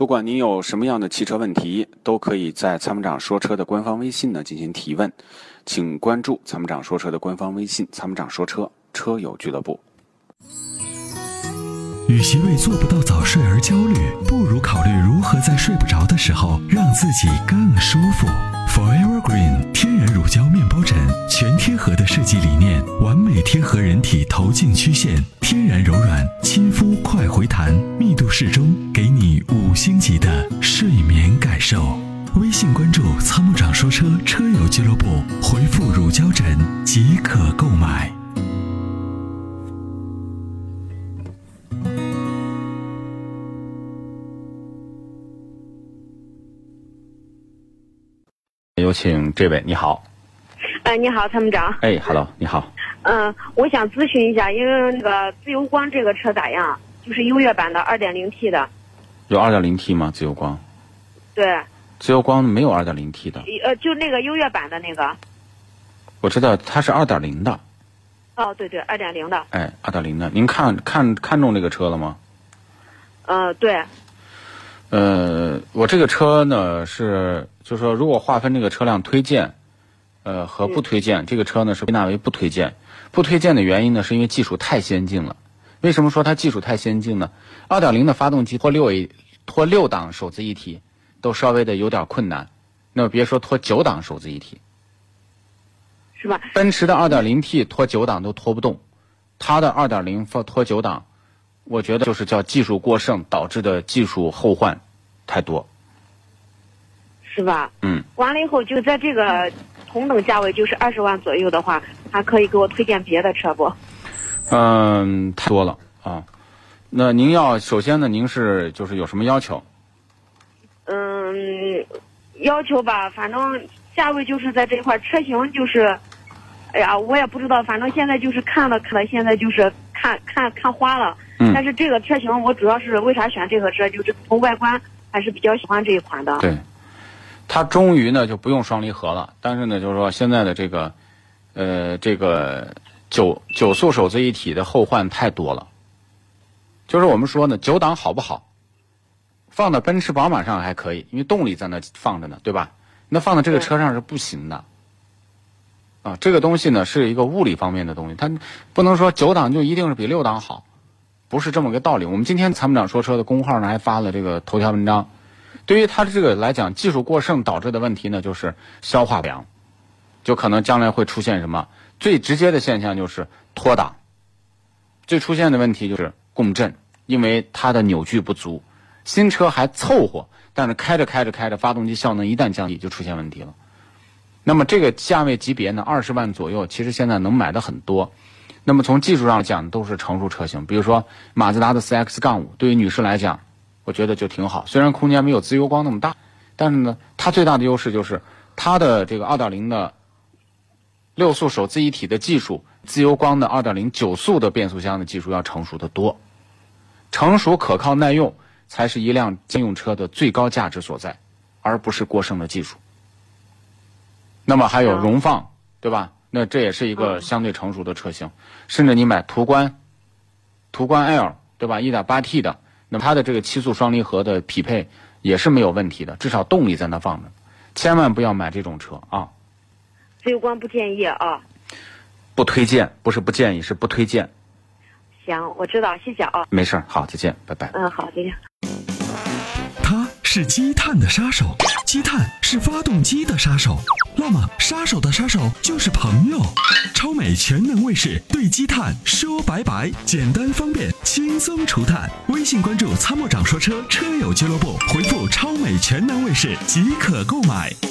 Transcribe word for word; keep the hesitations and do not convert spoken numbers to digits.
不管您有什么样的汽车问题，都可以在参谋长说车的官方微信呢进行提问，请关注参谋长说车的官方微信参谋长说车车友俱乐部。 与其为做不到早睡而焦虑，不如考虑如何在睡不着的时候让自己更舒服。 Forever Green 天然乳胶面包枕，全贴合的设计理念，完美贴合人体头颈曲线，天然柔软，亲肤快回弹，密度适中，给你五星级的睡眠感受。微信关注参谋长说车车友俱乐部，回复乳胶枕即可购买。 有请这位，你好。 呃，你好，参谋长。 哎 ，Hello， 你好。 嗯、呃，我想咨询一下，因为那个自由光这个车咋样？就是优越版的 二点零 T 的。 有 二点零 T 吗？自由光？ 对。 自由光没有 二点零 T 的。 呃，就那个优越版的那个。 我知道它是 二点零 的。 哦，对对 ，二点零 的。 哎 ，二点零 的，您看看看中这个车了吗？ 呃，对。 呃，我这个车呢是，就是说，如果划分这个车辆推荐，呃和不推荐，这个车呢是归纳为不推荐。不推荐的原因呢，是因为技术太先进了。为什么说它技术太先进呢？ 二点零 的发动机拖六 A 拖六档手自一体都稍微的有点困难，那么别说拖九档手自一体， 是吧？ 奔驰的 二点零 T 拖九档都拖不动，它的 二点零 拖九档，我觉得就是叫技术过剩导致的技术后患太多， 是吧？ 嗯。 完了以后，就在这个同等价位，就是二十万左右的话，还可以给我推荐别的车不？ 嗯，太多了啊。那您要首先呢，您是就是有什么要求？ 嗯，要求吧，反正价位就是在这一块，车型就是，哎呀，我也不知道，反正现在就是看了看了，现在就是看看看花了。 嗯。 但是这个车型我主要是为啥选这个车，就是从外观还是比较喜欢这一款的。 对。它终于呢就不用双离合了，但是呢就是说现在的这个，呃，这个九九速手自一体的后患太多了。就是我们说呢，九档好不好？放到奔驰、宝马上还可以，因为动力在那放着呢，对吧？那放到这个车上是不行的。啊，这个东西呢是一个物理方面的东西，它不能说九档就一定是比六档好，不是这么个道理。我们今天参谋长说车的公号呢还发了这个头条文章。对于它这个来讲，技术过剩导致的问题呢，就是消化良，就可能将来会出现什么？最直接的现象就是脱档，最出现的问题就是共振，因为它的扭矩不足。新车还凑合，但是开着开着开着，发动机效能一旦降低，就出现问题了。那么这个价位级别呢，二十万左右，其实现在能买的很多。那么从技术上讲，都是成熟车型，比如说马自达的 C X 五， 对于女士来讲，我觉得就挺好。虽然空间没有自由光那么大，但是呢，它最大的优势就是它的这个 二点零 的六速手自一体的技术，自由光的 二点零 九速的变速箱的技术要成熟得多。成熟、可靠、耐用才是一辆家用车的最高价值所在，而不是过剩的技术。那么还有荣放，对吧？那这也是一个相对成熟的车型。甚至你买途观，途观 L， 对吧？ 一点八 T 的，那么它的这个七速双离合的匹配也是没有问题的，至少动力在那放着。千万不要买这种车啊！ 自由光不建议啊。 不推荐，不是不建议，是不推荐。 行，我知道，谢谢啊。 没事，好，再见，拜拜。 嗯，好，再见。 它是积碳的杀手，积碳是发动机的杀手，那么杀手的杀手就是朋友。超美全能卫士对积碳说拜拜，简单方便，轻松除碳。微信关注参谋长说车车友俱乐部，回复超美全能卫士即可购买。